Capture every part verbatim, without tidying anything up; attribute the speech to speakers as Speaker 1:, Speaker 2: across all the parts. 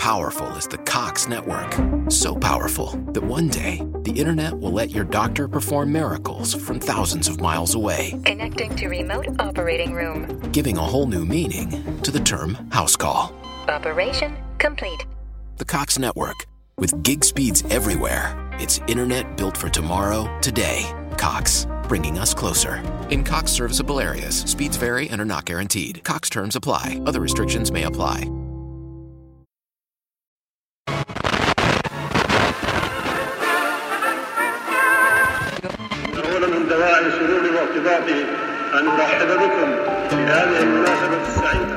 Speaker 1: powerful is the Cox network. So powerful that one day, the internet will let your doctor perform miracles from thousands of miles away.
Speaker 2: Connecting to remote operating room.
Speaker 1: Giving a whole new meaning to the term house call.
Speaker 2: Operation complete.
Speaker 1: The Cox network. With gig speeds everywhere. It's internet built for tomorrow, today. Cox, bringing us closer. In Cox serviceable areas, speeds vary and are not guaranteed. Cox terms apply. Other restrictions may apply.
Speaker 3: أولا من دواعي سروري وارتباطي أن أرحب بكم في هذه المناسبة السعيدة.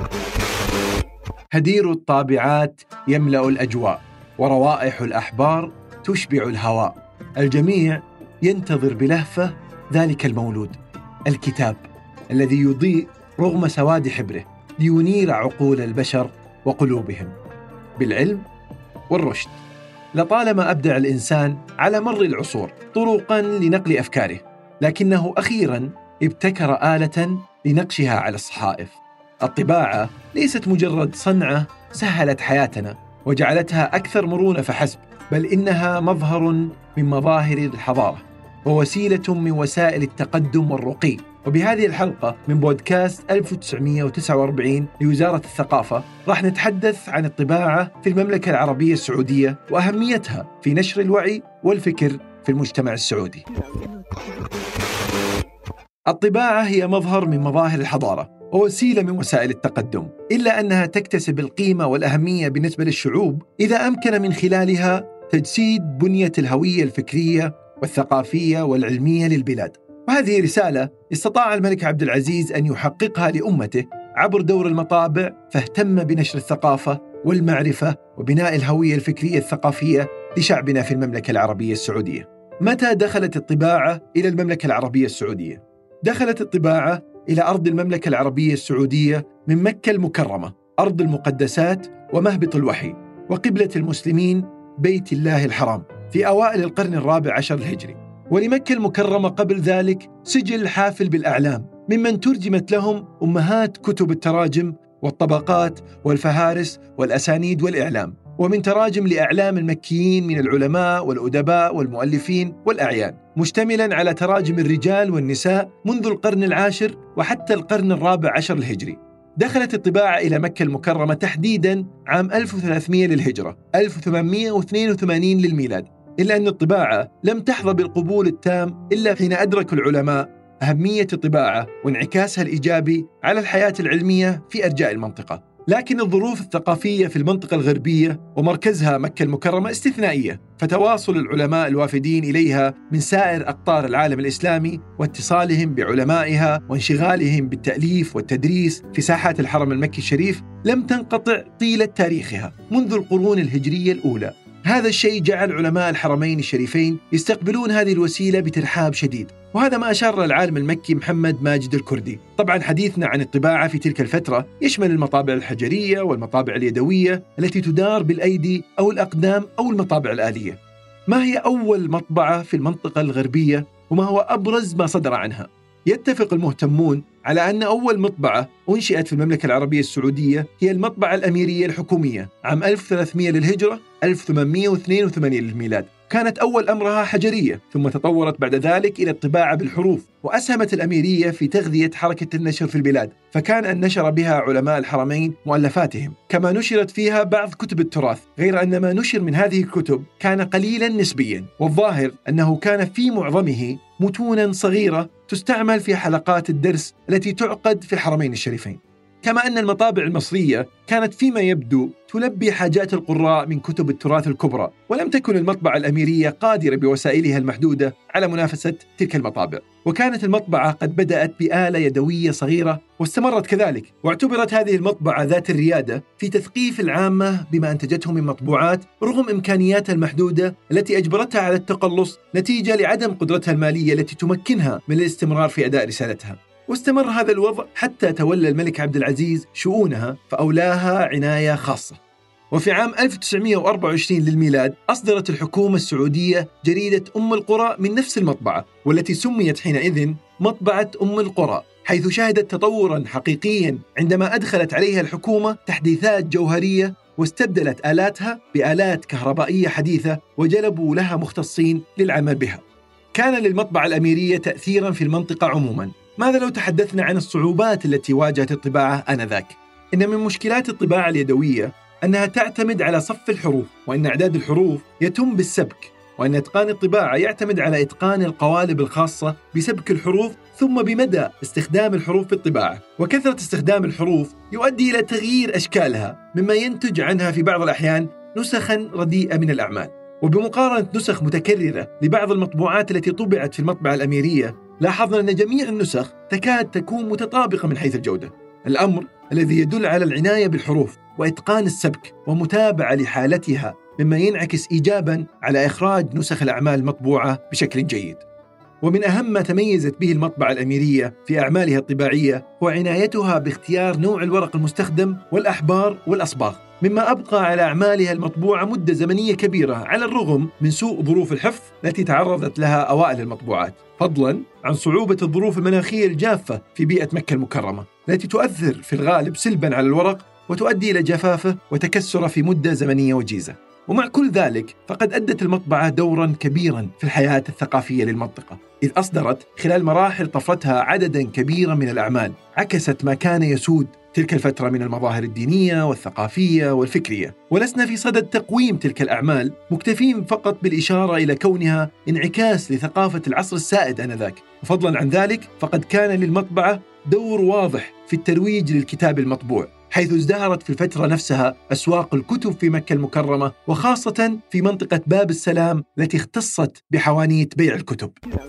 Speaker 4: هدير الطابعات يملأ الأجواء، وروائح الأحبار تشبع الهواء. الجميع ينتظر بلهفة ذلك المولود، الكتاب الذي يضيء رغم سواد حبره لينير عقول البشر وقلوبهم بالعلم والرشد. لطالما أبدع الإنسان على مر العصور طرقاً لنقل أفكاره، لكنه أخيراً ابتكر آلة لنقشها على الصحائف. الطباعة ليست مجرد صنعة سهلت حياتنا وجعلتها أكثر مرونة فحسب، بل إنها مظهر من مظاهر الحضارة ووسيلة من وسائل التقدم والرقي. وبهذه الحلقة من بودكاست ألف وتسعمائة وتسعة وأربعين لوزارة الثقافة راح نتحدث عن الطباعة في المملكة العربية السعودية وأهميتها في نشر الوعي والفكر في المجتمع السعودي. الطباعة هي مظهر من مظاهر الحضارة ووسيلة من وسائل التقدم، إلا أنها تكتسب القيمة والأهمية بالنسبة للشعوب إذا أمكن من خلالها تجسيد بنية الهوية الفكرية والثقافية والعلمية للبلاد. وهذه رسالة استطاع الملك عبد العزيز أن يحققها لأمته عبر دور المطابع، فاهتم بنشر الثقافة والمعرفة وبناء الهوية الفكرية الثقافية لشعبنا في المملكة العربية السعودية. متى دخلت الطباعة إلى المملكة العربية السعودية؟ دخلت الطباعة إلى أرض المملكة العربية السعودية من مكة المكرمة، أرض المقدسات ومهبط الوحي وقبلة المسلمين بيت الله الحرام، في أوائل القرن الرابع عشر الهجري. ولمكة المكرمة قبل ذلك سجل حافل بالأعلام ممن ترجمت لهم أمهات كتب التراجم والطبقات والفهارس والأسانيد والإعلام، ومن تراجم لأعلام المكيين من العلماء والأدباء والمؤلفين والأعيان، مشتملاً على تراجم الرجال والنساء منذ القرن العاشر وحتى القرن الرابع عشر الهجري. دخلت الطباعة إلى مكة المكرمة تحديداً عام ألف وثلاثمائة للهجرة، ألف وثمانمائة واثنين وثمانين للميلاد، إلا أن الطباعة لم تحظى بالقبول التام إلا حين أدرك العلماء أهمية الطباعة وانعكاسها الإيجابي على الحياة العلمية في أرجاء المنطقة. لكن الظروف الثقافية في المنطقة الغربية ومركزها مكة المكرمة استثنائية، فتواصل العلماء الوافدين إليها من سائر أقطار العالم الإسلامي واتصالهم بعلمائها وانشغالهم بالتأليف والتدريس في ساحات الحرم المكي الشريف لم تنقطع طيلة تاريخها منذ القرون الهجرية الأولى. هذا الشيء جعل علماء الحرمين الشريفين يستقبلون هذه الوسيلة بترحاب شديد، وهذا ما أشار العالم المكي محمد ماجد الكردي. طبعا حديثنا عن الطباعة في تلك الفترة يشمل المطابع الحجرية والمطابع اليدوية التي تدار بالأيدي أو الأقدام أو المطابع الآلية. ما هي أول مطبعة في المنطقة الغربية وما هو أبرز ما صدر عنها؟ يتفق المهتمون على أن أول مطبعة أنشئت في المملكة العربية السعودية هي المطبعة الأميرية الحكومية عام ألف وثلاثمائة للهجرة، ألف وثمانمائة واثنين وثمانين للميلاد. كانت أول أمرها حجرية، ثم تطورت بعد ذلك إلى الطباعة بالحروف. وأسهمت الأميرية في تغذية حركة النشر في البلاد، فكان أن نشر بها علماء الحرمين مؤلفاتهم، كما نشرت فيها بعض كتب التراث، غير أن ما نشر من هذه الكتب كان قليلا نسبيا، والظاهر أنه كان في معظمه متونا صغيرة تستعمل في حلقات الدرس التي تعقد في الحرمين الشريفين. كما أن المطابع المصرية كانت فيما يبدو تلبي حاجات القراء من كتب التراث الكبرى، ولم تكن المطبعة الأميرية قادرة بوسائلها المحدودة على منافسة تلك المطابع. وكانت المطبعة قد بدأت بآلة يدوية صغيرة واستمرت كذلك، واعتبرت هذه المطبعة ذات الريادة في تثقيف العامة بما أنتجته من مطبوعات رغم إمكانياتها المحدودة التي أجبرتها على التقلص نتيجة لعدم قدرتها المالية التي تمكنها من الاستمرار في أداء رسالتها. واستمر هذا الوضع حتى تولى الملك عبد العزيز شؤونها فأولاها عناية خاصة. وفي عام ألف وتسعمائة وأربعة وعشرين للميلاد أصدرت الحكومة السعودية جريدة أم القرى من نفس المطبعة، والتي سميت حينئذ مطبعة أم القرى، حيث شهدت تطوراً حقيقياً عندما أدخلت عليها الحكومة تحديثات جوهرية واستبدلت آلاتها بآلات كهربائية حديثة وجلبوا لها مختصين للعمل بها. كان للمطبعة الأميرية تأثيراً في المنطقة عموماً. ماذا لو تحدثنا عن الصعوبات التي واجهت الطباعة آنذاك؟ إن من مشكلات الطباعة اليدوية أنها تعتمد على صف الحروف، وأن إعداد الحروف يتم بالسبك، وأن إتقان الطباعة يعتمد على إتقان القوالب الخاصة بسبك الحروف ثم بمدى استخدام الحروف في الطباعة. وكثرة استخدام الحروف يؤدي إلى تغيير أشكالها، مما ينتج عنها في بعض الأحيان نسخاً رديئة من الأعمال. وبمقارنة نسخ متكررة لبعض المطبوعات التي طبعت في المطبعة الأميرية، لاحظنا أن جميع النسخ تكاد تكون متطابقة من حيث الجودة، الأمر الذي يدل على العناية بالحروف وإتقان السبك ومتابعة لحالتها، مما ينعكس إيجاباً على إخراج نسخ الأعمال المطبوعة بشكل جيد. ومن أهم ما تميزت به المطبعة الأميرية في أعمالها الطباعية هو عنايتها باختيار نوع الورق المستخدم والأحبار والأصباغ، مما أبقى على أعمالها المطبوعة مدة زمنية كبيرة على الرغم من سوء ظروف الحفظ التي تعرضت لها أوائل المطبوعات، فضلاً عن صعوبة الظروف المناخية الجافة في بيئة مكة المكرمة التي تؤثر في الغالب سلباً على الورق وتؤدي إلى جفافه وتكسره في مدة زمنية وجيزة. ومع كل ذلك فقد أدت المطبعة دوراً كبيراً في الحياة الثقافية للمنطقة، إذ أصدرت خلال مراحل طفرتها عدداً كبيراً من الأعمال عكست ما كان يسود تلك الفترة من المظاهر الدينية والثقافية والفكرية. ولسنا في صدد تقويم تلك الأعمال، مكتفين فقط بالإشارة إلى كونها انعكاس لثقافة العصر السائد آنذاك. وفضلاً عن ذلك فقد كان للمطبعة دور واضح في الترويج للكتاب المطبوع، حيث ازدهرت في الفترة نفسها أسواق الكتب في مكة المكرمة، وخاصة في منطقة باب السلام التي اختصت بحوانيت بيع الكتب.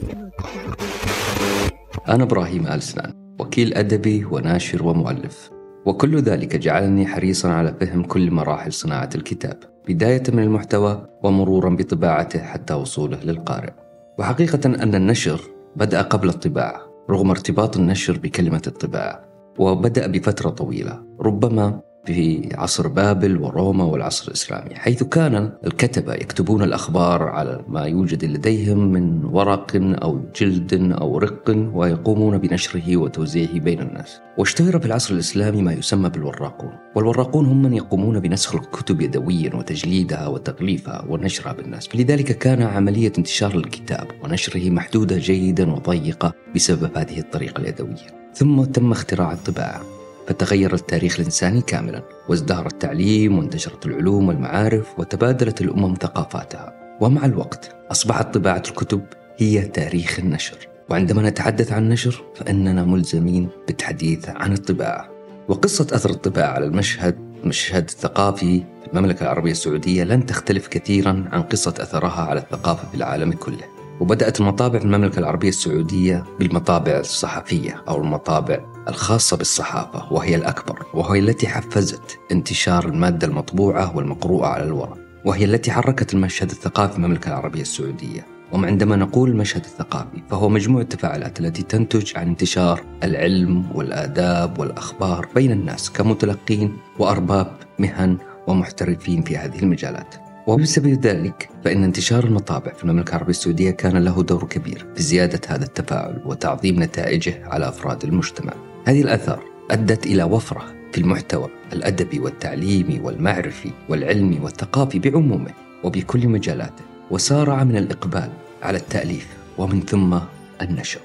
Speaker 5: أنا إبراهيم آل سنان، وكيل أدبي وناشر ومؤلف، وكل ذلك جعلني حريصا على فهم كل مراحل صناعة الكتاب، بداية من المحتوى ومرورا بطباعته حتى وصوله للقارئ. وحقيقة أن النشر بدأ قبل الطباعة، رغم ارتباط النشر بكلمة الطباعة، وبدأ بفترة طويلة ربما في عصر بابل وروما والعصر الإسلامي، حيث كان الكتبة يكتبون الأخبار على ما يوجد لديهم من ورق أو جلد أو رق، ويقومون بنشره وتوزيعه بين الناس. واشتهر في العصر الإسلامي ما يسمى بالوراقون، والوراقون هم من يقومون بنسخ الكتب يدويا وتجليدها وتغليفها ونشرها بالناس. فلذلك كان عملية انتشار الكتاب ونشره محدودة جيدا وضيقة بسبب هذه الطريقة اليدوية. ثم تم اختراع الطباعة، فتغير التاريخ الإنساني كاملا، وازدهر التعليم وانتشرت العلوم والمعارف، وتبادلت الأمم ثقافاتها. ومع الوقت أصبحت طباعة الكتب هي تاريخ النشر. وعندما نتحدث عن النشر فإننا ملزمين بالحديث عن الطباعة. وقصة أثر الطباعة على المشهد المشهد الثقافي في المملكة العربية السعودية لن تختلف كثيرا عن قصة أثرها على الثقافة في العالم كله. وبدأت المطابع في المملكة العربية السعودية بالمطابع الصحفية أو المطابع الخاصة بالصحافة، وهي الأكبر، وهي التي حفزت انتشار المادة المطبوعة والمقروءة على الورق، وهي التي حركت المشهد الثقافي في المملكة العربية السعودية. وعندما نقول المشهد الثقافي فهو مجموعة التفاعلات التي تنتج عن انتشار العلم والآداب والأخبار بين الناس كمتلقين وأرباب مهن ومحترفين في هذه المجالات. وبسبب ذلك فإن انتشار المطابع في المملكة العربية السعودية كان له دور كبير في زيادة هذا التفاعل وتعظيم نتائجه على أفراد المجتمع. هذه الآثار أدت إلى وفرة في المحتوى الأدبي والتعليمي والمعرفي والعلمي والثقافي بعمومه وبكل مجالاته، وسارع من الإقبال على التأليف ومن ثم النشر.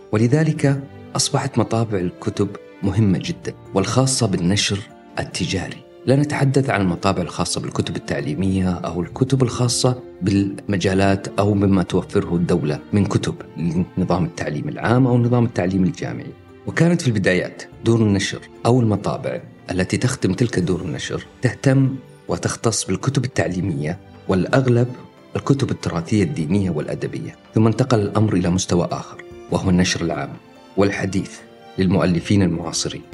Speaker 5: ولذلك أصبحت مطابع الكتب مهمة جدا، والخاصة بالنشر التجاري. لا نتحدث عن المطابع الخاصة بالكتب التعليمية أو الكتب الخاصة بالمجالات أو مما توفره الدولة من كتب لنظام التعليم العام أو نظام التعليم الجامعي. وكانت في البدايات دور النشر أو المطابع التي تخدم تلك دور النشر تهتم وتختص بالكتب التعليمية، والأغلب الكتب التراثية الدينية والأدبية. ثم انتقل الأمر إلى مستوى آخر، وهو النشر العام والحديث للمؤلفين المعاصرين.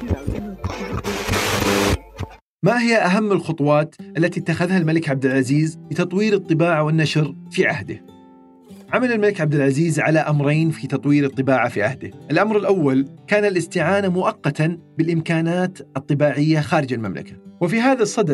Speaker 4: ما هي أهم الخطوات التي اتخذها الملك عبد العزيز لتطوير الطباعة والنشر في عهده؟ عمل الملك عبد العزيز على أمرين في تطوير الطباعة في عهده. الأمر الأول كان الاستعانة مؤقتاً بالإمكانات الطباعية خارج المملكة، وفي هذا الصدد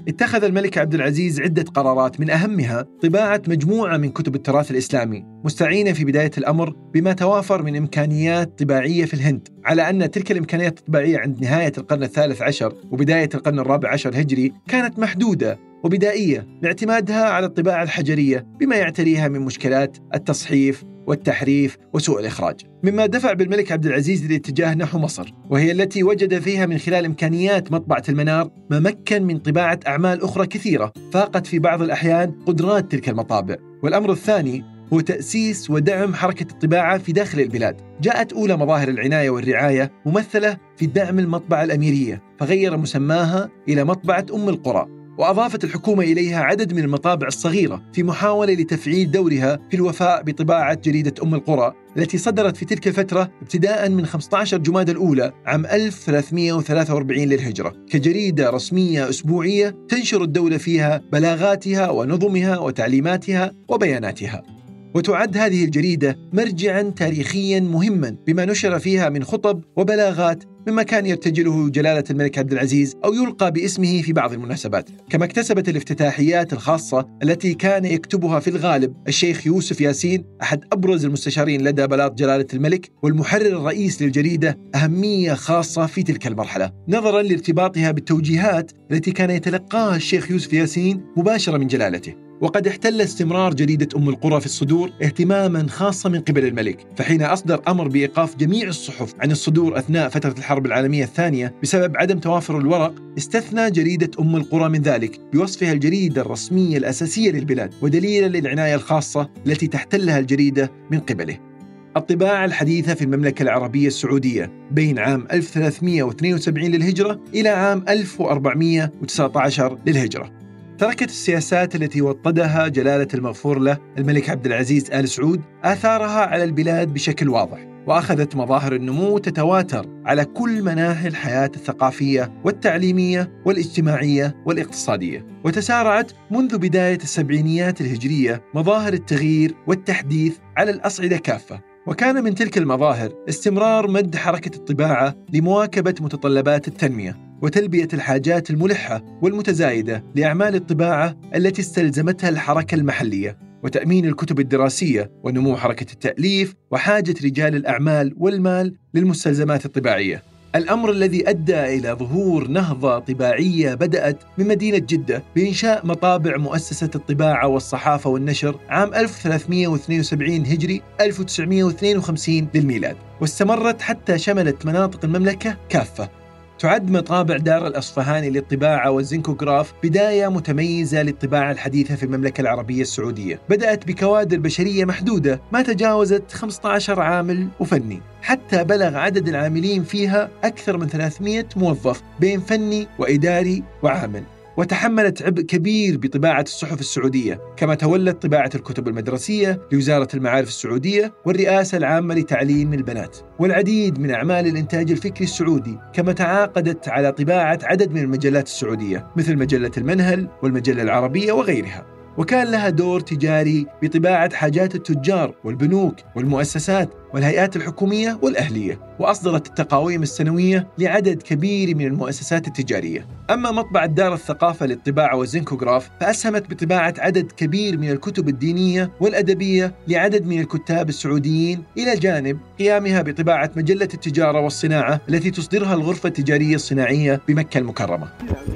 Speaker 4: اتخذ الملك عبد العزيز عدة قرارات، من أهمها طباعة مجموعة من كتب التراث الإسلامي، مستعينة في بداية الأمر بما توافر من إمكانيات طباعية في الهند، على أن تلك الإمكانيات الطباعية عند نهاية القرن الثالث عشر وبداية القرن الرابع عشر هجري كانت محدودة وبدائية لاعتمادها على الطباعة الحجرية بما يعتريها من مشكلات التصحيف والتحريف وسوء الإخراج، مما دفع بالملك عبد العزيز للاتجاه نحو مصر، وهي التي وجد فيها من خلال إمكانيات مطبعة المنار ما مكن من طباعة أعمال أخرى كثيرة فاقت في بعض الأحيان قدرات تلك المطابع. والأمر الثاني هو تأسيس ودعم حركة الطباعة في داخل البلاد. جاءت أولى مظاهر العناية والرعاية ممثلة في دعم المطبعة الأميرية، فغير مسماها إلى مطبعة أم القرى، وأضافت الحكومة إليها عدد من المطابع الصغيرة في محاولة لتفعيل دورها في الوفاء بطباعة جريدة أم القرى التي صدرت في تلك الفترة ابتداء من خمسة عشر جماد الأولى عام ألف وثلاثمئة وثلاثة وأربعين للهجرة كجريدة رسمية أسبوعية تنشر الدولة فيها بلاغاتها ونظمها وتعليماتها وبياناتها. وتعد هذه الجريدة مرجعاً تاريخياً مهماً بما نشر فيها من خطب وبلاغات مما كان يرتجله جلالة الملك عبد العزيز أو يلقى باسمه في بعض المناسبات. كما اكتسبت الافتتاحيات الخاصة التي كان يكتبها في الغالب الشيخ يوسف ياسين أحد أبرز المستشارين لدى بلاط جلالة الملك والمحرر الرئيس للجريدة أهمية خاصة في تلك المرحلة، نظراً لارتباطها بالتوجيهات التي كان يتلقاها الشيخ يوسف ياسين مباشرة من جلالته. وقد احتل استمرار جريدة أم القرى في الصدور اهتماماً خاصة من قبل الملك، فحين أصدر أمر بإيقاف جميع الصحف عن الصدور أثناء فترة الحرب العالمية الثانية بسبب عدم توافر الورق، استثنى جريدة أم القرى من ذلك بوصفها الجريدة الرسمية الأساسية للبلاد، ودليلاً للعناية الخاصة التي تحتلها الجريدة من قبله. الطباعة الحديثة في المملكة العربية السعودية بين عام ألف وثلاثمئة واثنين وسبعين للهجرة إلى عام ألف وأربعمئة وتسعة عشر للهجرة تركت السياسات التي وطدها جلالة المغفور له الملك عبد العزيز آل سعود آثارها على البلاد بشكل واضح، وأخذت مظاهر النمو تتواتر على كل مناحي الحياة الثقافية والتعليمية والاجتماعية والاقتصادية، وتسارعت منذ بداية السبعينيات الهجرية مظاهر التغيير والتحديث على الأصعدة كافة. وكان من تلك المظاهر استمرار مد حركة الطباعة لمواكبة متطلبات التنمية وتلبية الحاجات الملحة والمتزايدة لأعمال الطباعة التي استلزمتها الحركة المحلية، وتأمين الكتب الدراسية ونمو حركة التأليف وحاجة رجال الأعمال والمال للمستلزمات الطباعية. الأمر الذي أدى إلى ظهور نهضة طباعية بدأت من مدينة جدة بإنشاء مطابع مؤسسة الطباعة والصحافة والنشر عام ألف وثلاثمئة واثنين وسبعين هجري ألف وتسعمئة واثنين وخمسين للميلاد، واستمرت حتى شملت مناطق المملكة كافة. تعد مطابع دار الأصفهاني للطباعة والزنكوغراف بداية متميزة للطباعة الحديثة في المملكة العربية السعودية، بدأت بكوادر بشرية محدودة ما تجاوزت خمسة عشر عامل وفني، حتى بلغ عدد العاملين فيها أكثر من ثلاثمئة موظف بين فني وإداري وعامل، وتحملت عبء كبير بطباعة الصحف السعودية، كما تولت طباعة الكتب المدرسية لوزارة المعارف السعودية والرئاسة العامة لتعليم البنات والعديد من أعمال الإنتاج الفكري السعودي، كما تعاقدت على طباعة عدد من المجلات السعودية مثل مجلة المنهل والمجلة العربية وغيرها. وكان لها دور تجاري بطباعة حاجات التجار والبنوك والمؤسسات والهيئات الحكومية والأهلية، وأصدرت التقاويم السنوية لعدد كبير من المؤسسات التجارية. أما مطبعة دار الثقافة للطباعة والزنكوغراف فأسهمت بطباعة عدد كبير من الكتب الدينية والأدبية لعدد من الكتاب السعوديين، إلى جانب قيامها بطباعة مجلة التجارة والصناعة التي تصدرها الغرفة التجارية الصناعية بمكة المكرمة.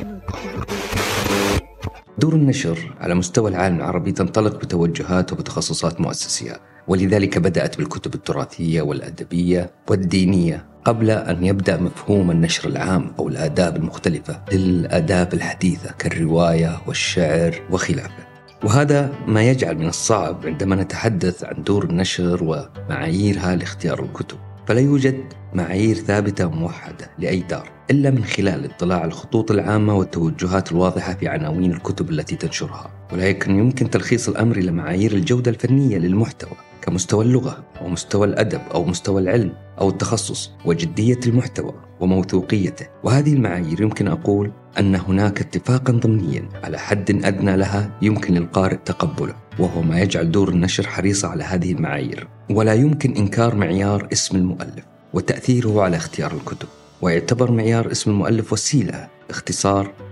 Speaker 5: دور النشر على مستوى العالم العربي تنطلق بتوجهات وبتخصصات مؤسسية، ولذلك بدأت بالكتب التراثية والأدبية والدينية قبل أن يبدأ مفهوم النشر العام أو الآداب المختلفة للآداب الحديثة كالرواية والشعر وخلافه. وهذا ما يجعل من الصعب عندما نتحدث عن دور النشر ومعاييرها لاختيار الكتب، فلا يوجد معايير ثابتة وموحدة لأي دار إلا من خلال الاطلاع على الخطوط العامة والتوجهات الواضحة في عناوين الكتب التي تنشرها. ولكن يمكن تلخيص الأمر إلى معايير الجودة الفنية للمحتوى كمستوى اللغة أو مستوى الأدب أو مستوى العلم أو التخصص وجدية المحتوى وموثوقيته. وهذه المعايير يمكن أقول أن هناك اتفاقا ضمنيا على حد أدنى لها يمكن للقارئ تقبله، وهو ما يجعل دور النشر حريصة على هذه المعايير. ولا يمكن إنكار معيار اسم المؤلف وتأثيره على اختيار الكتب، ويعتبر معيار اسم المؤلف وسيلة اختصار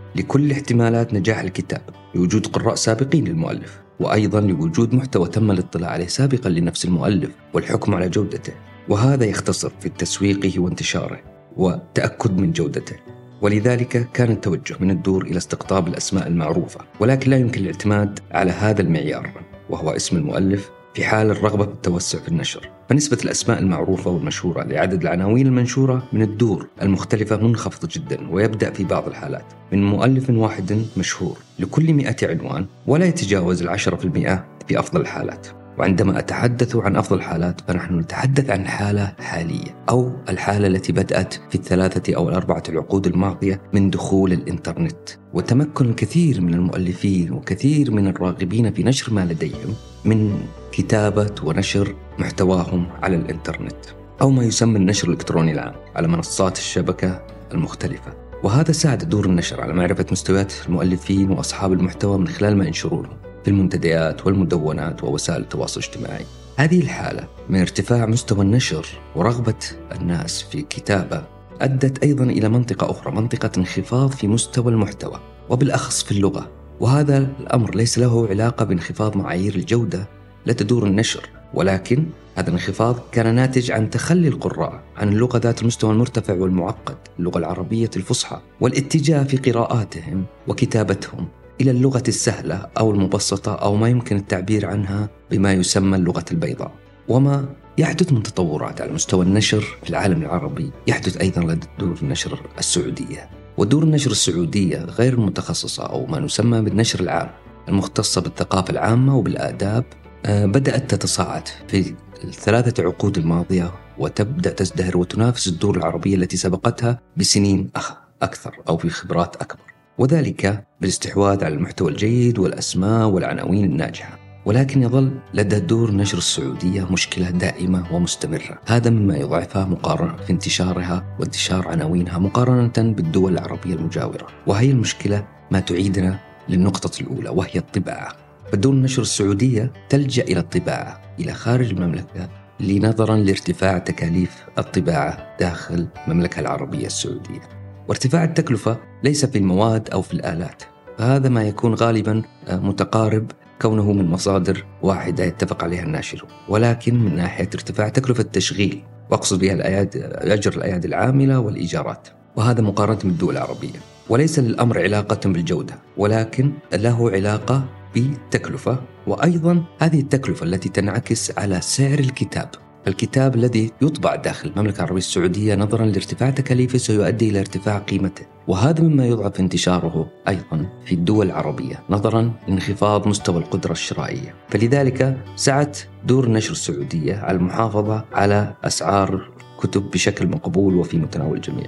Speaker 5: لكل احتمالات نجاح الكتاب، لوجود قراء سابقين للمؤلف، وأيضا لوجود محتوى تم الاطلاع عليه سابقا لنفس المؤلف والحكم على جودته، وهذا يختصر في تسويقه وانتشاره وتأكد من جودته. ولذلك كان التوجه من الدور إلى استقطاب الأسماء المعروفة، ولكن لا يمكن الاعتماد على هذا المعيار وهو اسم المؤلف في حال الرغبة بالتوسع في النشر. فنسبة الأسماء المعروفة والمشهورة لعدد العناوين المنشورة من الدور المختلفة منخفضة جدا، ويبدأ في بعض الحالات من مؤلف واحد مشهور لكل مئة عنوان، ولا يتجاوز العشرة في المئة في أفضل الحالات. وعندما أتحدث عن أفضل الحالات فنحن نتحدث عن حالة حالية، أو الحالة التي بدأت في الثلاثة أو الأربعة العقود الماضية من دخول الإنترنت وتمكن الكثير من المؤلفين وكثير من الراغبين في نشر ما لديهم من كتابة ونشر محتواهم على الإنترنت، أو ما يسمى النشر الإلكتروني العام على منصات الشبكة المختلفة. وهذا ساعد دور النشر على معرفة مستويات المؤلفين وأصحاب المحتوى من خلال ما ينشرونه في المنتديات والمدونات ووسائل التواصل الاجتماعي. هذه الحالة من ارتفاع مستوى النشر ورغبة الناس في كتابة أدت أيضا إلى منطقة أخرى، منطقة انخفاض في مستوى المحتوى وبالأخص في اللغة. وهذا الأمر ليس له علاقة بانخفاض معايير الجودة لدى دور النشر، ولكن هذا الانخفاض كان ناتج عن تخلي القراء عن اللغة ذات المستوى المرتفع والمعقد، اللغة العربية الفصحى، والاتجاه في قراءاتهم وكتابتهم إلى اللغة السهلة أو المبسطة، أو ما يمكن التعبير عنها بما يسمى اللغة البيضاء. وما يحدث من تطورات على مستوى النشر في العالم العربي يحدث أيضا لدى دور النشر السعودية. ودور النشر السعودية غير المتخصصة أو ما نسمى بالنشر العام المختصة بالثقافة العامة وبالآداب بدأت تتصاعد في الثلاثة عقود الماضية، وتبدأ تزدهر وتنافس الدور العربية التي سبقتها بسنين أكثر أو في خبرات أكبر، وذلك بالاستحواذ على المحتوى الجيد والأسماء والعناوين الناجحة. ولكن يظل لدى دور النشر السعودية مشكلة دائمة ومستمرة، هذا مما يضعفها مقارنة في انتشارها وانتشار عناوينها مقارنة بالدول العربية المجاورة. وهي المشكلة ما تعيدنا للنقطة الأولى، وهي الطباعة. فدور النشر السعودية تلجأ إلى الطباعة إلى خارج المملكة لنظرا لارتفاع تكاليف الطباعة داخل المملكة العربية السعودية، وارتفاع التكلفة ليس في المواد أو في الآلات، فهذا ما يكون غالبا متقارب كونه من مصادر واحدة يتفق عليها الناشرون، ولكن من ناحية ارتفاع تكلفة التشغيل، وأقصد بها الأيادي أجر الأيادي العاملة والإيجارات، وهذا مقارنة بالدول العربية. وليس للأمر علاقة بالجودة، ولكن له علاقة بالتكلفة، وأيضا هذه التكلفة التي تنعكس على سعر الكتاب. الكتاب الذي يطبع داخل المملكة العربية السعودية نظرا لارتفاع تكاليفه سيؤدي إلى ارتفاع قيمته، وهذا مما يضعف انتشاره أيضا في الدول العربية نظرا لانخفاض مستوى القدرة الشرائية. فلذلك سعت دور النشر السعودية على المحافظة على أسعار كتب بشكل مقبول وفي متناول الجميع.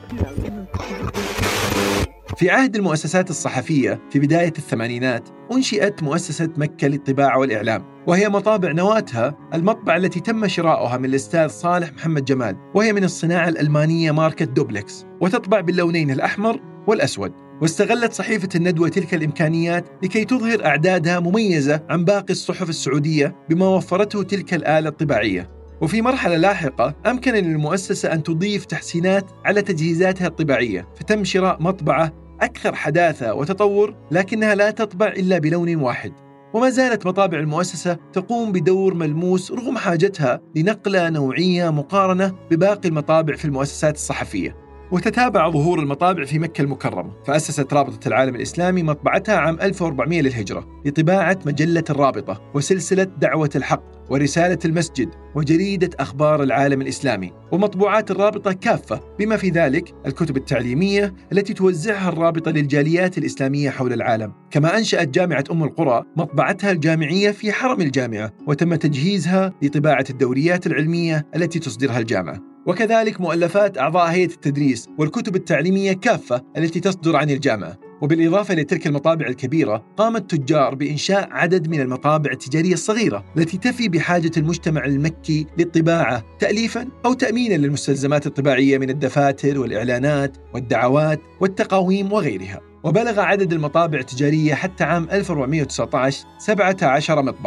Speaker 4: في عهد المؤسسات الصحفية في بداية الثمانينات أنشئت مؤسسة مكة للطباعة والإعلام، وهي مطابع نواتها المطبعة التي تم شراؤها من الأستاذ صالح محمد جمال، وهي من الصناعة الألمانية ماركة دوبلكس، وتطبع باللونين الأحمر والأسود. واستغلت صحيفة الندوة تلك الإمكانيات لكي تظهر أعدادها مميزة عن باقي الصحف السعودية بما وفرته تلك الآلة الطباعية. وفي مرحلة لاحقة أمكن للمؤسسة أن تضيف تحسينات على تجهيزاتها الطباعية، فتم شراء مطبعة أكثر حداثة وتطور، لكنها لا تطبع إلا بلون واحد. وما زالت مطابع المؤسسة تقوم بدور ملموس رغم حاجتها لنقلة نوعية مقارنة بباقي المطابع في المؤسسات الصحفية. وتتابع ظهور المطابع في مكة المكرمة، فأسست رابطة العالم الإسلامي مطبعتها عام ألف وأربعمائة للهجرة لطباعة مجلة الرابطة وسلسلة دعوة الحق ورسالة المسجد وجريدة أخبار العالم الإسلامي، ومطبوعات الرابطة كافة بما في ذلك الكتب التعليمية التي توزعها الرابطة للجاليات الإسلامية حول العالم. كما أنشأت جامعة أم القرى مطبعتها الجامعية في حرم الجامعة، وتم تجهيزها لطباعة الدوريات العلمية التي تصدرها الجامعة، وكذلك مؤلفات أعضاء هيئة التدريس والكتب التعليمية كافة التي تصدر عن الجامعة. وبالإضافة لتلك المطابع الكبيرة، قام التجار بإنشاء عدد من المطابع التجارية الصغيرة التي تفي بحاجة المجتمع المكي للطباعة تأليفاً أو تأميناً للمستلزمات الطباعية من الدفاتر والإعلانات والدعوات والتقاويم وغيرها. وبلغ عدد المطابع التجارية حتى عام ألف وأربعمائة وتسعة عشر سبعة عشر مطبعة.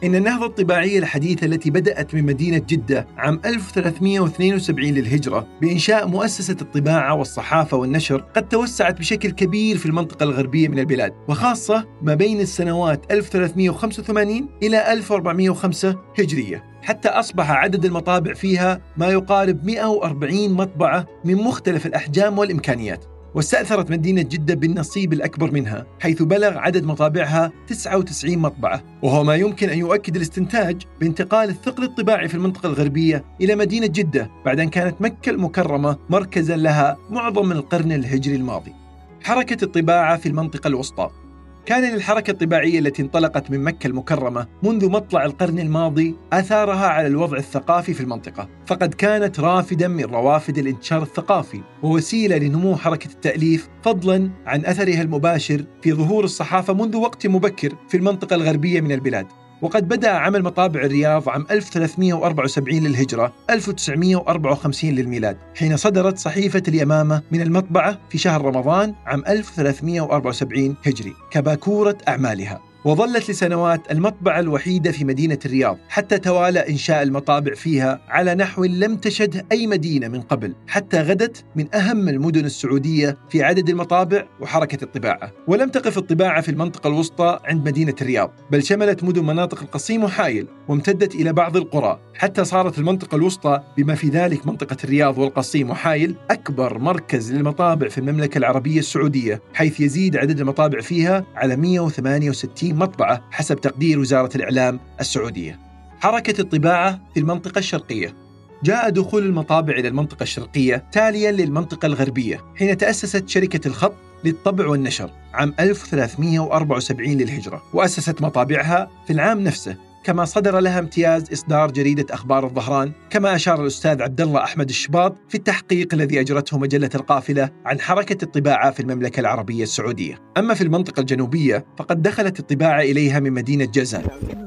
Speaker 4: إن النهضة الطباعية الحديثة التي بدأت من مدينة جدة عام ألف وثلاثمئة واثنين وسبعين للهجرة بإنشاء مؤسسة الطباعة والصحافة والنشر قد توسعت بشكل كبير في المنطقة الغربية من البلاد، وخاصة ما بين السنوات ألف وثلاثمئة وخمسة وثمانين إلى ألف وأربعمئة وخمسة هجرية، حتى أصبح عدد المطابع فيها ما يقارب مئة وأربعين مطبعة من مختلف الأحجام والإمكانيات. واستأثرت مدينة جدة بالنصيب الأكبر منها، حيث بلغ عدد مطابعها تسعة وتسعين مطبعة، وهو ما يمكن أن يؤكد الاستنتاج بانتقال الثقل الطباعي في المنطقة الغربية إلى مدينة جدة بعد أن كانت مكة المكرمة مركزاً لها معظم من القرن الهجري الماضي. حركة الطباعة في المنطقة الوسطى. كان للحركة الطباعية التي انطلقت من مكة المكرمة منذ مطلع القرن الماضي آثارها على الوضع الثقافي في المنطقة، فقد كانت رافداً من روافد الانتشار الثقافي ووسيلة لنمو حركة التأليف، فضلاً عن أثرها المباشر في ظهور الصحافة منذ وقت مبكر في المنطقة الغربية من البلاد. وقد بدأ عمل مطابع الرياض عام ألف وثلاثمئة وأربعة وسبعين للهجرة ألف وتسعمئة وأربعة وخمسين للميلاد، حين صدرت صحيفة اليمامة من المطبعة في شهر رمضان عام ألف وثلاثمئة وأربعة وسبعين هجري كباكورة أعمالها. وظلت لسنوات المطبعة الوحيدة في مدينة الرياض، حتى توالى إنشاء المطابع فيها على نحو لم تشهد أي مدينة من قبل، حتى غدت من أهم المدن السعودية في عدد المطابع وحركة الطباعة. ولم تقف الطباعة في المنطقة الوسطى عند مدينة الرياض، بل شملت مدن مناطق القصيم وحائل وامتدت إلى بعض القرى، حتى صارت المنطقة الوسطى بما في ذلك منطقة الرياض والقصيم وحائل أكبر مركز للمطابع في المملكة العربية السعودية، حيث يزيد عدد المطابع فيها على مئة وثمانية وستين مطبعة حسب تقدير وزارة الإعلام السعودية. حركة الطباعة في المنطقة الشرقية. جاء دخول المطابع إلى المنطقة الشرقية تالياً للمنطقة الغربية، حين تأسست شركة الخط للطبع والنشر عام ألف وثلاثمئة وأربعة وسبعين للهجرة، وأسست مطابعها في العام نفسه، كما صدر لها امتياز إصدار جريدة أخبار الظهران، كما أشار الأستاذ عبد الله أحمد الشباط في التحقيق الذي أجرته مجلة القافلة عن حركة الطباعة في المملكة العربية السعودية. أما في المنطقة الجنوبية فقد دخلت الطباعة إليها من مدينة جازان.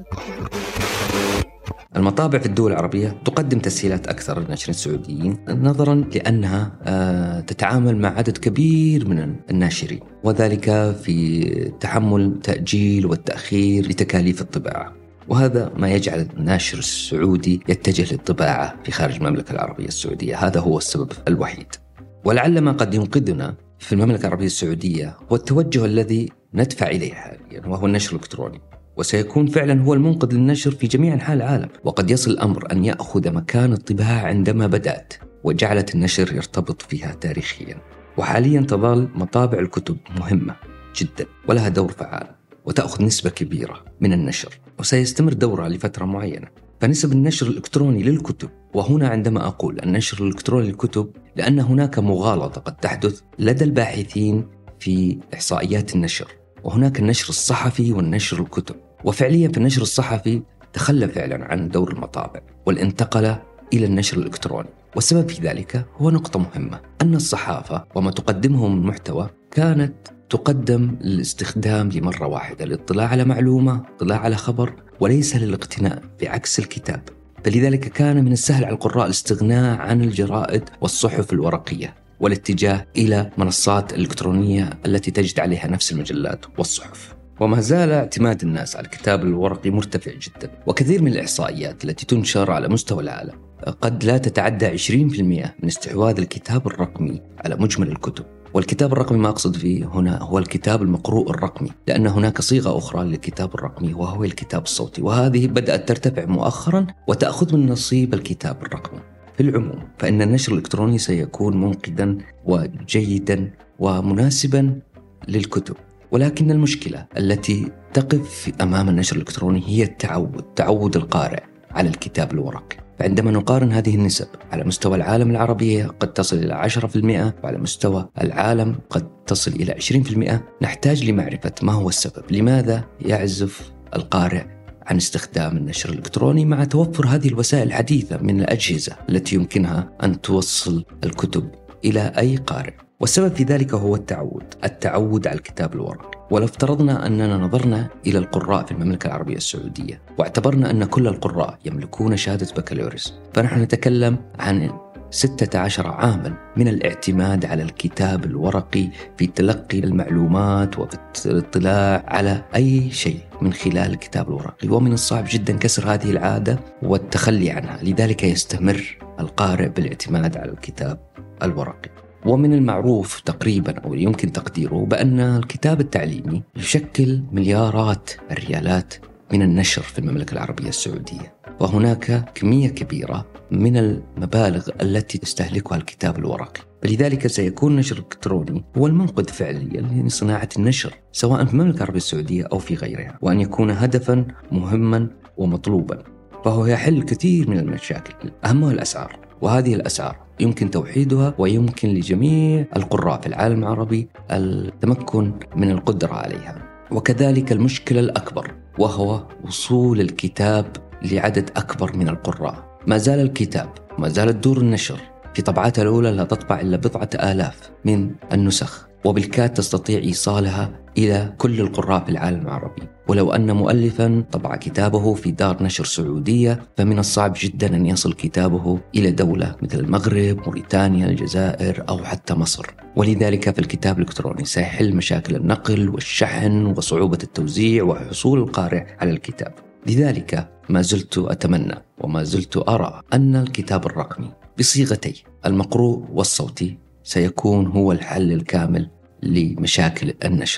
Speaker 5: المطابع في الدول العربية تقدم تسهيلات أكثر للناشرين السعوديين، نظراً لأنها تتعامل مع عدد كبير من الناشرين، وذلك في تحمل تأجيل والتأخير لتكاليف الطباعة، وهذا ما يجعل الناشر السعودي يتجه للطباعة في خارج المملكة العربية السعودية. هذا هو السبب الوحيد. ولعل ما قد ينقذنا في المملكة العربية السعودية هو التوجه الذي ندفع إليه حاليا، وهو النشر الإلكتروني، وسيكون فعلا هو المنقذ للنشر في جميع أنحاء العالم. وقد يصل الأمر أن يأخذ مكان الطباعة عندما بدأت، وجعلت النشر يرتبط فيها تاريخيا. وحاليا تظل مطابع الكتب مهمة جدا ولها دور فعال، وتأخذ نسبة كبيرة من النشر، وسيستمر دورها لفترة معينة. فنسب النشر الإلكتروني للكتب، وهنا عندما أقول النشر الإلكتروني للكتب لأن هناك مغالطة قد تحدث لدى الباحثين في إحصائيات النشر، وهناك النشر الصحفي والنشر الكتب. وفعليا في النشر الصحفي تخلى فعلا عن دور المطابع والانتقل إلى النشر الإلكتروني، والسبب في ذلك هو نقطة مهمة، أن الصحافة وما تقدمه من محتوى كانت تقدم للاستخدام لمرة واحدة، للاطلاع على معلومة، اطلاع على خبر، وليس للاقتناء بعكس الكتاب. فلذلك كان من السهل على القراء الاستغناء عن الجرائد والصحف الورقية والاتجاه إلى منصات الإلكترونية التي تجد عليها نفس المجلات والصحف. وما زال اعتماد الناس على الكتاب الورقي مرتفع جدا، وكثير من الإحصائيات التي تنشر على مستوى العالم قد لا تتعدى عشرين بالمئة من استحواذ الكتاب الرقمي على مجمل الكتب. والكتاب الرقمي ما أقصد فيه هنا هو الكتاب المقروء الرقمي، لأن هناك صيغة أخرى للكتاب الرقمي وهو الكتاب الصوتي، وهذه بدأت ترتفع مؤخرا وتأخذ من نصيب الكتاب الرقمي. في العموم فإن النشر الإلكتروني سيكون منقذا وجيدا ومناسبا للكتب، ولكن المشكلة التي تقف أمام النشر الإلكتروني هي التعود، تعود القارئ على الكتاب الورقي. فعندما نقارن هذه النسب على مستوى العالم العربي قد تصل إلى عشرة بالمئة، وعلى مستوى العالم قد تصل إلى عشرين بالمئة، نحتاج لمعرفة ما هو السبب، لماذا يعزف القارئ عن استخدام النشر الإلكتروني مع توفر هذه الوسائل الحديثة من الأجهزة التي يمكنها أن توصل الكتب إلى أي قارئ. والسبب في ذلك هو التعود، التعود على الكتاب الورقي. ولو افترضنا أننا نظرنا إلى القراء في المملكة العربية السعودية واعتبرنا أن كل القراء يملكون شهادة بكالوريوس، فنحن نتكلم عن ستة عشر عاماً من الاعتماد على الكتاب الورقي في تلقي المعلومات وفي الاطلاع على أي شيء من خلال الكتاب الورقي، ومن الصعب جداً كسر هذه العادة والتخلي عنها. لذلك يستمر القارئ بالاعتماد على الكتاب الورقي. ومن المعروف تقريباً أو يمكن تقديره بأن الكتاب التعليمي يشكل مليارات الريالات من النشر في المملكة العربية السعودية، وهناك كمية كبيرة من المبالغ التي تستهلكها الكتاب الورقي. فلذلك سيكون النشر الإلكتروني هو المنقذ فعليا لصناعة النشر سواء في المملكة العربية السعودية أو في غيرها، وأن يكون هدفا مهما ومطلوبا. فهو يحل كثير من المشاكل، أهمها الأسعار، وهذه الأسعار يمكن توحيدها ويمكن لجميع القراء في العالم العربي التمكن من القدرة عليها. وكذلك المشكلة الأكبر وهو وصول الكتاب لعدد أكبر من القراء. ما زال الكتاب ما زالت دور النشر في طبعاتها الأولى لا تطبع إلا بضعة آلاف من النسخ، وبالكاد تستطيع إيصالها إلى كل القراء في العالم العربي. ولو أن مؤلفا طبع كتابه في دار نشر سعودية فمن الصعب جدا أن يصل كتابه إلى دولة مثل المغرب، موريتانيا، الجزائر أو حتى مصر. ولذلك فالكتاب الإلكتروني سيحل مشاكل النقل والشحن وصعوبة التوزيع وحصول القارئ على الكتاب. لذلك ما زلت أتمنى وما زلت أرى أن الكتاب الرقمي بصيغتي المقروء والصوتي سيكون هو الحل الكامل لمشاكل النشر.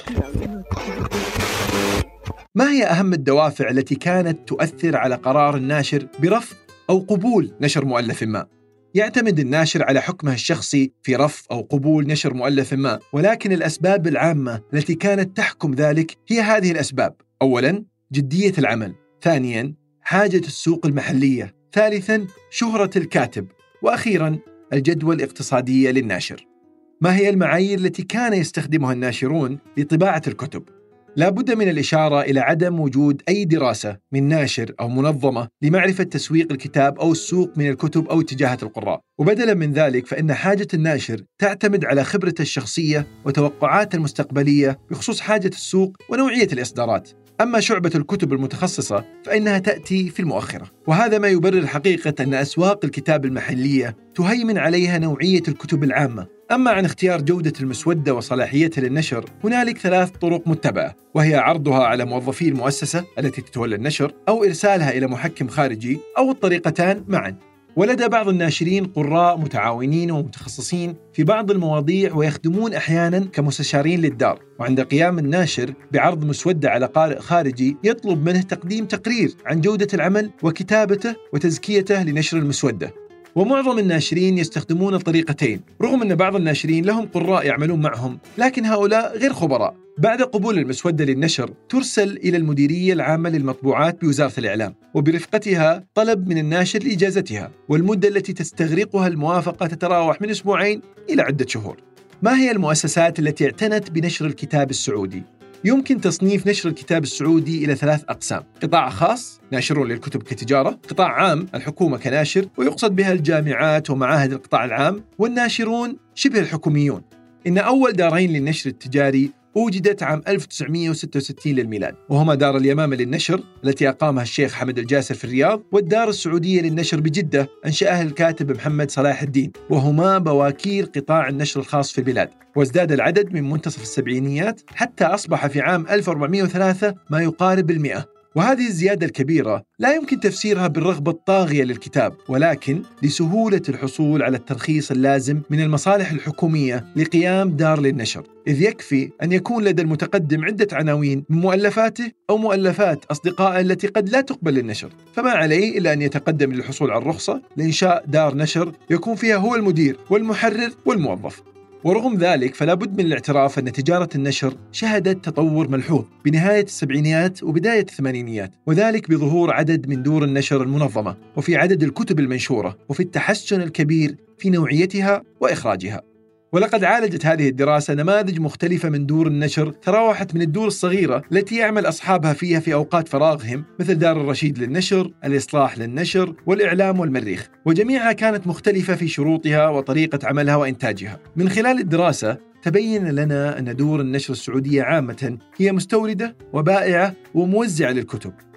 Speaker 4: ما هي أهم الدوافع التي كانت تؤثر على قرار الناشر برفض أو قبول نشر مؤلف ما؟ يعتمد الناشر على حكمه الشخصي في رفض أو قبول نشر مؤلف ما، ولكن الأسباب العامة التي كانت تحكم ذلك هي هذه الأسباب: أولاً جدية العمل، ثانياً حاجة السوق المحلية، ثالثاً شهرة الكاتب، وأخيراً الجدوى الاقتصادية للناشر. ما هي المعايير التي كان يستخدمها الناشرون لطباعة الكتب؟ لا بد من الإشارة إلى عدم وجود أي دراسة من ناشر أو منظمة لمعرفة تسويق الكتاب أو السوق من الكتب أو اتجاهات القراء، وبدلا من ذلك فإن حاجة الناشر تعتمد على خبرته الشخصية وتوقعاته المستقبلية بخصوص حاجة السوق ونوعية الإصدارات. أما شعبة الكتب المتخصصة فإنها تأتي في المؤخرة، وهذا ما يبرر حقيقة أن أسواق الكتاب المحلية تهيمن عليها نوعية الكتب العامة. أما عن اختيار جودة المسودة وصلاحيتها للنشر، هنالك ثلاث طرق متبعة، وهي عرضها على موظفي المؤسسة التي تتولى النشر، أو إرسالها إلى محكم خارجي، أو الطريقتان معا. ولدى بعض الناشرين قراء متعاونين ومتخصصين في بعض المواضيع ويخدمون أحياناً كمستشارين للدار، وعند قيام الناشر بعرض مسودة على قارئ خارجي يطلب منه تقديم تقرير عن جودة العمل وكتابته وتزكيته لنشر المسودة. ومعظم الناشرين يستخدمون الطريقتين، رغم أن بعض الناشرين لهم قراء يعملون معهم، لكن هؤلاء غير خبراء. بعد قبول المسودة للنشر ترسل إلى المديرية العامة للمطبوعات بوزارة الإعلام، وبرفقتها طلب من الناشر لإجازتها، والمدة التي تستغرقها الموافقة تتراوح من أسبوعين إلى عدة شهور. ما هي المؤسسات التي اعتنت بنشر الكتاب السعودي؟ يمكن تصنيف نشر الكتاب السعودي إلى ثلاث أقسام: قطاع خاص ناشرون للكتب كتجارة، قطاع عام الحكومة كناشر ويقصد بها الجامعات ومعاهد القطاع العام، والناشرون شبه الحكوميون. إن أول دارين للنشر التجاري وجدت عام ألف وتسعمائة وستة وستين للميلاد، وهما دار اليمامة للنشر التي أقامها الشيخ حمد الجاسر في الرياض، والدار السعودية للنشر بجدة أنشأها الكاتب محمد صلاح الدين، وهما بواكير قطاع النشر الخاص في البلاد. وازداد العدد من منتصف السبعينيات حتى أصبح في عام ألف وأربعمائة وثلاثة ما يقارب المئة. وهذه الزيادة الكبيرة لا يمكن تفسيرها بالرغبة الطاغية للكتاب، ولكن لسهولة الحصول على الترخيص اللازم من المصالح الحكومية لقيام دار للنشر، إذ يكفي أن يكون لدى المتقدم عدة عناوين من مؤلفاته أو مؤلفات أصدقائه التي قد لا تقبل للنشر، فما عليه إلا أن يتقدم للحصول على الرخصة لإنشاء دار نشر يكون فيها هو المدير والمحرر والموظف. ورغم ذلك فلا بد من الاعتراف أن تجارة النشر شهدت تطور ملحوظ بنهاية السبعينيات وبداية الثمانينيات، وذلك بظهور عدد من دور النشر المنظمة، وفي عدد الكتب المنشورة، وفي التحسن الكبير في نوعيتها وإخراجها. ولقد عالجت هذه الدراسة نماذج مختلفة من دور النشر تراوحت من الدور الصغيرة التي يعمل أصحابها فيها في أوقات فراغهم، مثل دار الرشيد للنشر، الإصلاح للنشر، والإعلام والمريخ، وجميعها كانت مختلفة في شروطها وطريقة عملها وإنتاجها. من خلال الدراسة تبين لنا أن دور النشر السعودية عامة هي مستوردة وبائعة وموزعة للكتب،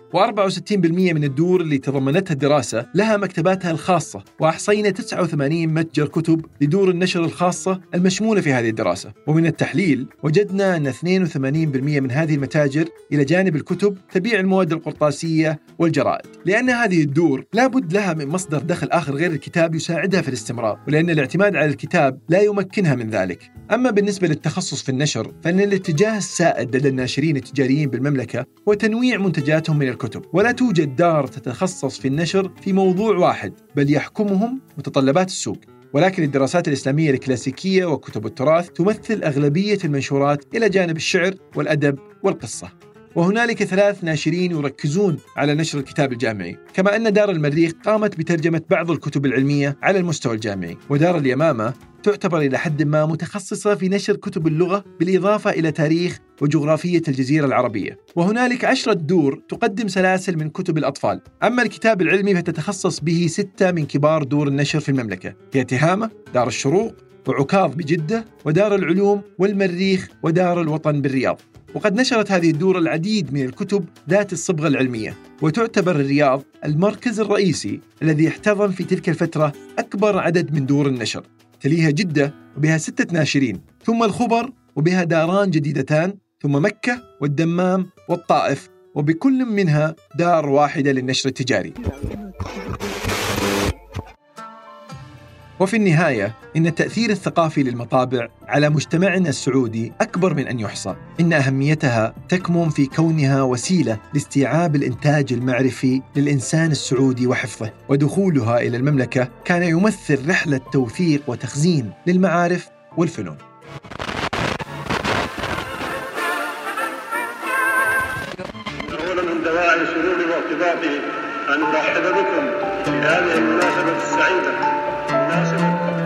Speaker 4: وأربعة وستين بالمئة من الدور اللي تضمنتها الدراسة لها مكتباتها الخاصة، وأحصينا تسعة وثمانين متجر كتب لدور النشر الخاصة المشمولة في هذه الدراسة. ومن التحليل وجدنا أن اثنين وثمانين بالمئة من هذه المتاجر إلى جانب الكتب تبيع المواد القرطاسية والجرائد، لأن هذه الدور لابد لها من مصدر دخل آخر غير الكتاب يساعدها في الاستمرار، ولأن الاعتماد على الكتاب لا يمكنها من ذلك. أما بالنسبة للتخصص في النشر، فإن الاتجاه السائد لدى الناشرين التجاريين بالمملكة هو تنويع منتجاتهم من الكتب، ولا توجد دار تتخصص في النشر في موضوع واحد، بل يحكمهم متطلبات السوق. ولكن الدراسات الإسلامية الكلاسيكية وكتب التراث تمثل أغلبية المنشورات إلى جانب الشعر والأدب والقصة. وهنالك ثلاث ناشرين يركزون على نشر الكتاب الجامعي، كما أن دار المريخ قامت بترجمة بعض الكتب العلمية على المستوى الجامعي، ودار اليمامة تعتبر إلى حد ما متخصصة في نشر كتب اللغة بالإضافة إلى تاريخ وجغرافية الجزيرة العربية. وهنالك عشرة دور تقدم سلاسل من كتب الأطفال. أما الكتاب العلمي فتتخصص به ستة من كبار دور النشر في المملكة، هي تهامة، دار الشروق، وعكاظ بجدة، ودار العلوم، والمريخ، ودار الوطن بالرياض. وقد نشرت هذه الدور العديد من الكتب ذات الصبغة العلمية، وتعتبر الرياض المركز الرئيسي الذي احتضن في تلك الفترة أكبر عدد من دور النشر. تليها جدة وبها ستة ناشرين، ثم الخبر وبها داران جديدتان، ثم مكة والدمام والطائف، وبكل منها دار واحدة للنشر التجاري. وفي النهاية إن التأثير الثقافي للمطابع على مجتمعنا السعودي أكبر من أن يحصى. إن أهميتها تكمن في كونها وسيلة لاستيعاب الإنتاج المعرفي للإنسان السعودي وحفظه، ودخولها إلى المملكة كان يمثل رحلة توثيق وتخزين للمعارف والفنون.
Speaker 3: أولا من دواعي سروري وارتباطي أن أرحب بكم في هذه المناسبة السعيدة، مناسبة